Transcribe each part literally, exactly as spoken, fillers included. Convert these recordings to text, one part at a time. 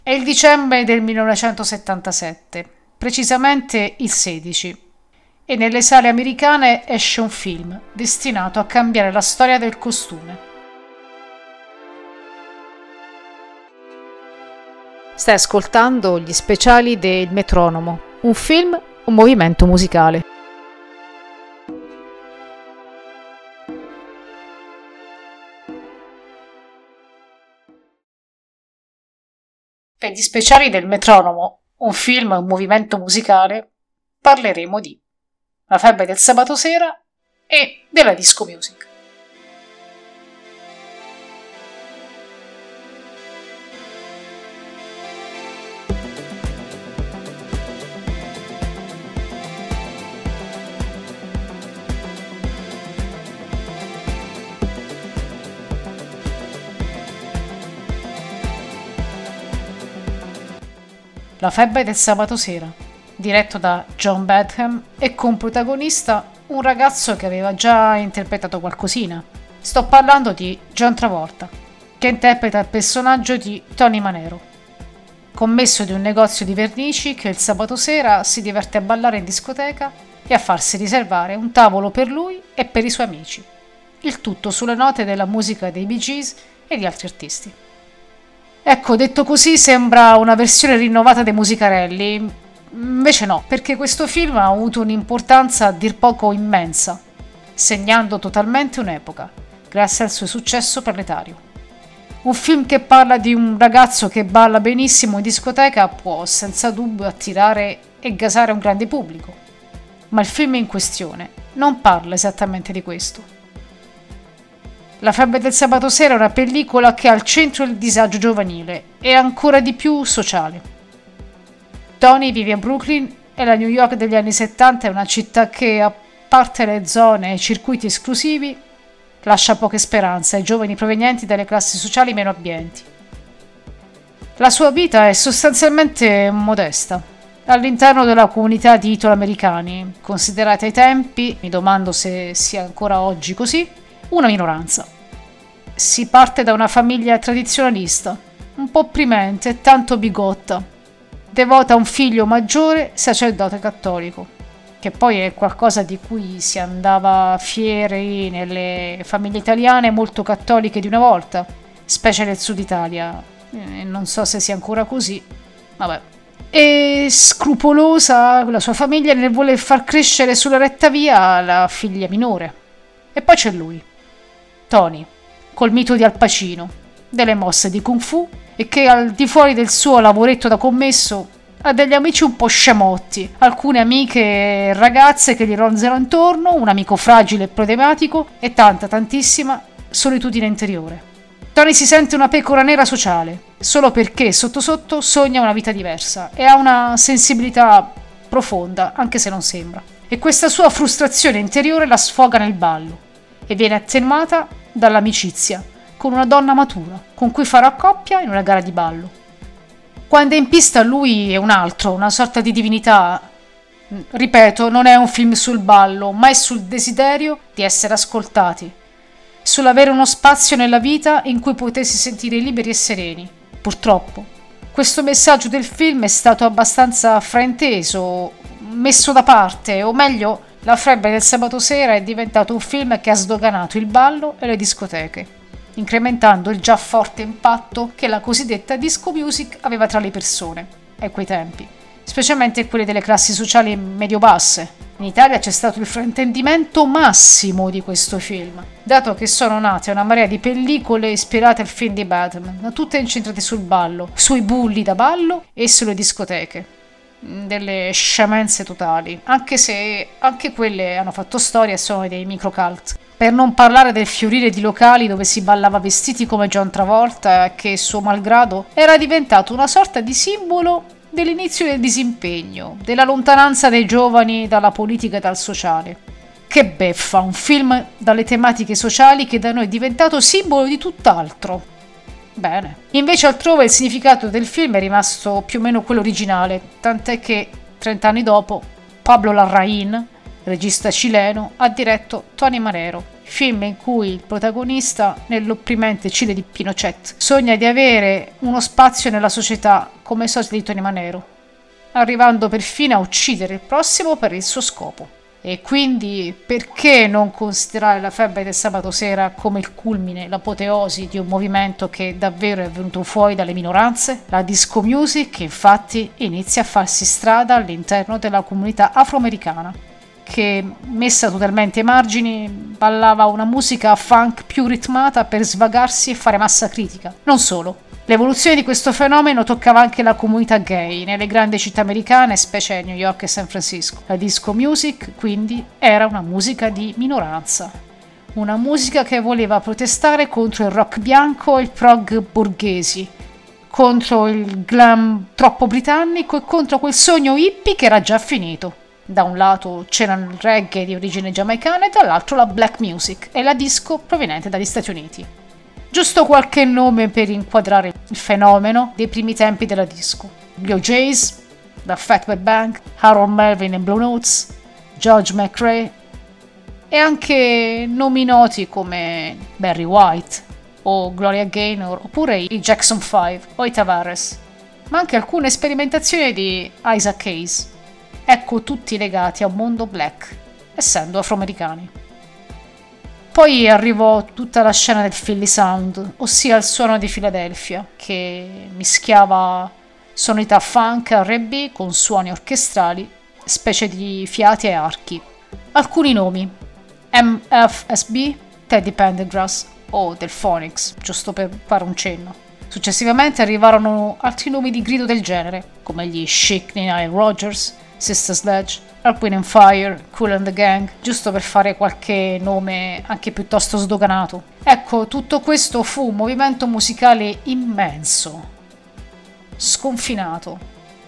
È il dicembre del millenovecentosettantasette, precisamente il sedici, e nelle sale americane esce un film destinato a cambiare la storia del costume. Stai ascoltando gli speciali del Metronomo, un film, un movimento musicale. Per gli speciali del Metronomo, un film, un movimento musicale, parleremo di La febbre del sabato sera e della disco music. La febbre del sabato sera, diretto da John Badham e con protagonista un ragazzo che aveva già interpretato qualcosina. Sto parlando di John Travolta, che interpreta il personaggio di Tony Manero, commesso di un negozio di vernici che il sabato sera si diverte a ballare in discoteca e a farsi riservare un tavolo per lui e per i suoi amici. Il tutto sulle note della musica dei Bee Gees e di altri artisti. Ecco, detto così sembra una versione rinnovata dei musicarelli, invece no, perché questo film ha avuto un'importanza a dir poco immensa, segnando totalmente un'epoca, grazie al suo successo planetario. Un film che parla di un ragazzo che balla benissimo in discoteca può senza dubbio attirare e gasare un grande pubblico, ma il film in questione non parla esattamente di questo. La febbre del sabato sera è una pellicola che ha al centro il disagio giovanile e ancora di più sociale. Tony vive a Brooklyn e la New York degli anni settanta è una città che, a parte le zone e i circuiti esclusivi, lascia poche speranze ai giovani provenienti dalle classi sociali meno abbienti. La sua vita è sostanzialmente modesta. All'interno della comunità di italo-americani, considerata ai tempi, mi domando se sia ancora oggi così, una minoranza. Si parte da una famiglia tradizionalista, un po' opprimente e tanto bigotta, devota a un figlio maggiore sacerdote cattolico, che poi è qualcosa di cui si andava fieri nelle famiglie italiane molto cattoliche di una volta, specie nel sud Italia, e non so se sia ancora così, vabbè. E scrupolosa la sua famiglia nel voler far crescere sulla retta via la figlia minore. E poi c'è lui, Tony, col mito di Al Pacino, delle mosse di Kung Fu e che al di fuori del suo lavoretto da commesso ha degli amici un po' sciamotti, alcune amiche ragazze che gli ronzano intorno, un amico fragile e problematico e tanta tantissima solitudine interiore. Tony si sente una pecora nera sociale, solo perché sotto sotto sogna una vita diversa e ha una sensibilità profonda, anche se non sembra. E questa sua frustrazione interiore la sfoga nel ballo e viene attenuata dall'amicizia con una donna matura, con cui farà coppia in una gara di ballo. Quando è in pista lui è un altro, una sorta di divinità. Ripeto, non è un film sul ballo, ma è sul desiderio di essere ascoltati, sull'avere uno spazio nella vita in cui potessi sentire liberi e sereni. Purtroppo, questo messaggio del film è stato abbastanza frainteso, messo da parte, o meglio, La febbre del sabato sera è diventato un film che ha sdoganato il ballo e le discoteche, incrementando il già forte impatto che la cosiddetta disco music aveva tra le persone a quei tempi, specialmente quelle delle classi sociali medio-basse. In Italia c'è stato il fraintendimento massimo di questo film, dato che sono nate una marea di pellicole ispirate al film di Batman, tutte incentrate sul ballo, sui bulli da ballo e sulle discoteche. Delle scemenze totali, anche se anche quelle hanno fatto storia e sono dei microcult. Per non parlare del fiorire di locali dove si ballava vestiti come John Travolta, che suo malgrado era diventato una sorta di simbolo dell'inizio del disimpegno, della lontananza dei giovani dalla politica e dal sociale. Che beffa, un film dalle tematiche sociali che da noi è diventato simbolo di tutt'altro. Bene. Invece altrove il significato del film è rimasto più o meno quello originale, tant'è che trent'anni dopo Pablo Larraín, regista cileno, ha diretto Tony Manero, film in cui il protagonista, nell'opprimente Cile di Pinochet, sogna di avere uno spazio nella società come sosia di Tony Manero, arrivando perfino a uccidere il prossimo per il suo scopo. E quindi perché non considerare La febbre del sabato sera come il culmine, l'apoteosi di un movimento che davvero è venuto fuori dalle minoranze? La disco music infatti inizia a farsi strada all'interno della comunità afroamericana, che, messa totalmente ai margini, ballava una musica funk più ritmata per svagarsi e fare massa critica. Non solo. L'evoluzione di questo fenomeno toccava anche la comunità gay nelle grandi città americane, specie New York e San Francisco. La disco music, quindi, era una musica di minoranza. Una musica che voleva protestare contro il rock bianco e il prog borghesi, contro il glam troppo britannico e contro quel sogno hippie che era già finito. Da un lato c'era il reggae di origine giamaicana e dall'altro la black music e la disco proveniente dagli Stati Uniti. Giusto qualche nome per inquadrare il fenomeno dei primi tempi della disco. Gli O J's, da Fatback Band, Harold Melvin e Blue Notes, George McRae e anche nomi noti come Barry White o Gloria Gaynor oppure i Jackson five o i Tavares, ma anche alcune sperimentazioni di Isaac Hayes. Ecco, tutti legati a un mondo black, essendo afroamericani. Poi arrivò tutta la scena del Philly Sound, ossia il suono di Filadelfia, che mischiava sonorità funk e R and B con suoni orchestrali, specie di fiati e archi. Alcuni nomi: M F S B, Teddy Pendergrass o Delphonics, giusto per fare un cenno. Successivamente arrivarono altri nomi di grido del genere, come gli Chic Nile Rodgers, Sister Sledge, Earth, Wind and Fire, Kool and the Gang, giusto per fare qualche nome anche piuttosto sdoganato. Ecco, tutto questo fu un movimento musicale immenso, sconfinato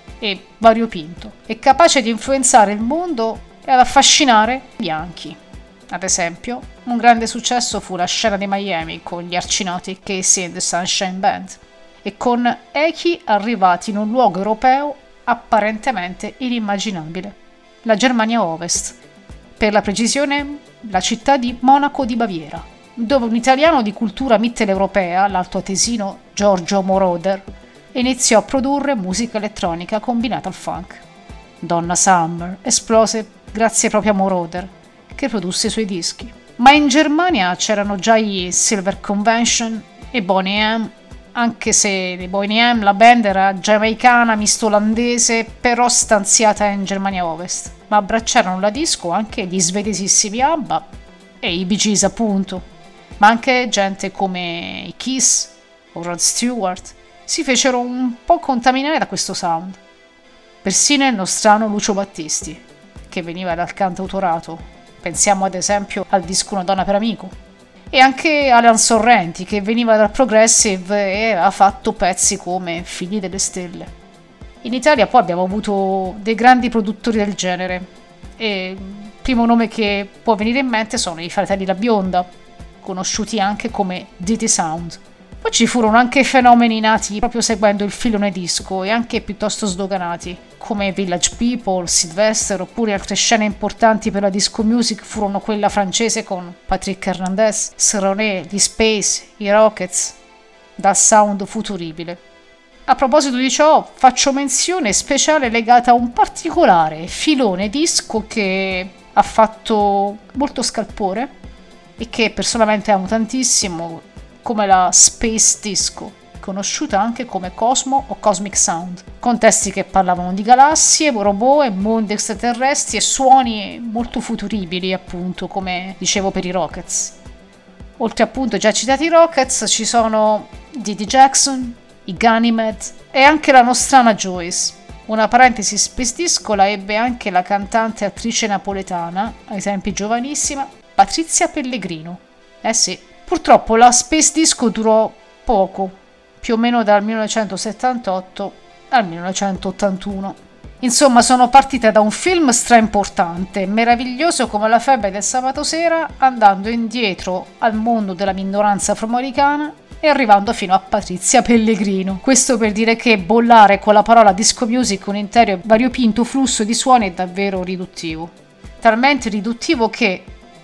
e variopinto, e capace di influenzare il mondo e ad affascinare i bianchi. Ad esempio, un grande successo fu la scena di Miami con gli arcinoti Casey and the Sunshine Band, e con echi arrivati in un luogo europeo apparentemente inimmaginabile, la Germania Ovest, per la precisione la città di Monaco di Baviera, dove un italiano di cultura mitteleuropea, l'altoatesino Giorgio Moroder, iniziò a produrre musica elettronica combinata al funk. Donna Summer esplose grazie proprio a Moroder, che produsse i suoi dischi. Ma in Germania c'erano già i Silver Convention e Boney M, anche se di Boney M la band era giamaicana, misto olandese, però stanziata in Germania Ovest. Ma abbracciarono la disco anche gli svedesissimi ABBA e i Bee Gees appunto, ma anche gente come i Kiss o Rod Stewart si fecero un po' contaminare da questo sound. Persino il nostrano Lucio Battisti, che veniva dal cantautorato, pensiamo ad esempio al disco Una donna per amico, e anche Alan Sorrenti, che veniva dal progressive e ha fatto pezzi come Figli delle Stelle. In Italia poi abbiamo avuto dei grandi produttori del genere, e il primo nome che può venire in mente sono i Fratelli La Bionda, conosciuti anche come D T Sound. Poi ci furono anche fenomeni nati proprio seguendo il filone disco e anche piuttosto sdoganati, come Village People, Sylvester, oppure altre scene importanti per la disco music furono quella francese con Patrick Hernandez, Serroné, gli Space, i Rockets, dal sound futuribile. A proposito di ciò, faccio menzione speciale legata a un particolare filone disco che ha fatto molto scalpore e che personalmente amo tantissimo, come la Space Disco, conosciuta anche come Cosmo o Cosmic Sound, con testi che parlavano di galassie, robot e mondi extraterrestri e suoni molto futuribili, appunto, come dicevo per i Rockets. Oltre appunto ai già citati Rockets ci sono Didi Jackson, i Ganymed e anche la nostrana Joyce. Una parentesi, Space Disco la ebbe anche la cantante e attrice napoletana, ai tempi giovanissima, Patrizia Pellegrino. Eh sì. Purtroppo la Space Disco durò poco, più o meno dal millenovecentosettantotto al millenovecentottantuno. Insomma, sono partita da un film straimportante, meraviglioso come La febbre del sabato sera, andando indietro al mondo della minoranza afroamericana e arrivando fino a Patrizia Pellegrino. Questo per dire che bollare con la parola disco music un intero e variopinto flusso di suoni è davvero riduttivo. Talmente riduttivo che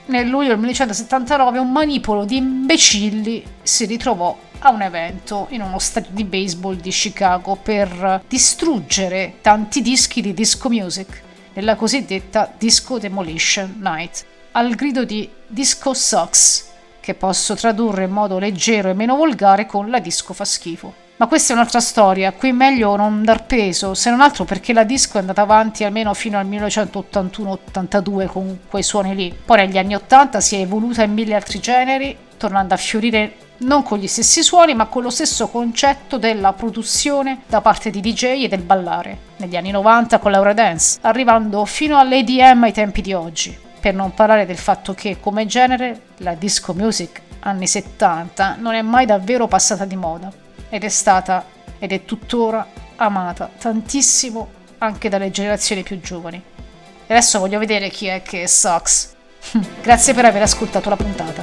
nel luglio del millenovecentosettantanove un manipolo di imbecilli si ritrovò a un evento in uno stadio di baseball di Chicago per distruggere tanti dischi di disco music nella cosiddetta Disco Demolition Night, al grido di "Disco sucks", che posso tradurre in modo leggero e meno volgare con "la disco fa schifo". Ma questa è un'altra storia, qui meglio non dar peso, se non altro perché la disco è andata avanti almeno fino al millenovecentottantuno ottantadue con quei suoni lì. Poi negli anni ottanta si è evoluta in mille altri generi, tornando a fiorire non con gli stessi suoni, ma con lo stesso concetto della produzione da parte di D J e del ballare. Negli anni novanta con l'Eurodance, arrivando fino all'E D M ai tempi di oggi. Per non parlare del fatto che, come genere, la disco music anni settanta non è mai davvero passata di moda. Ed è stata, ed è tuttora, amata tantissimo anche dalle generazioni più giovani. E adesso voglio vedere chi è che sucks. Grazie per aver ascoltato la puntata.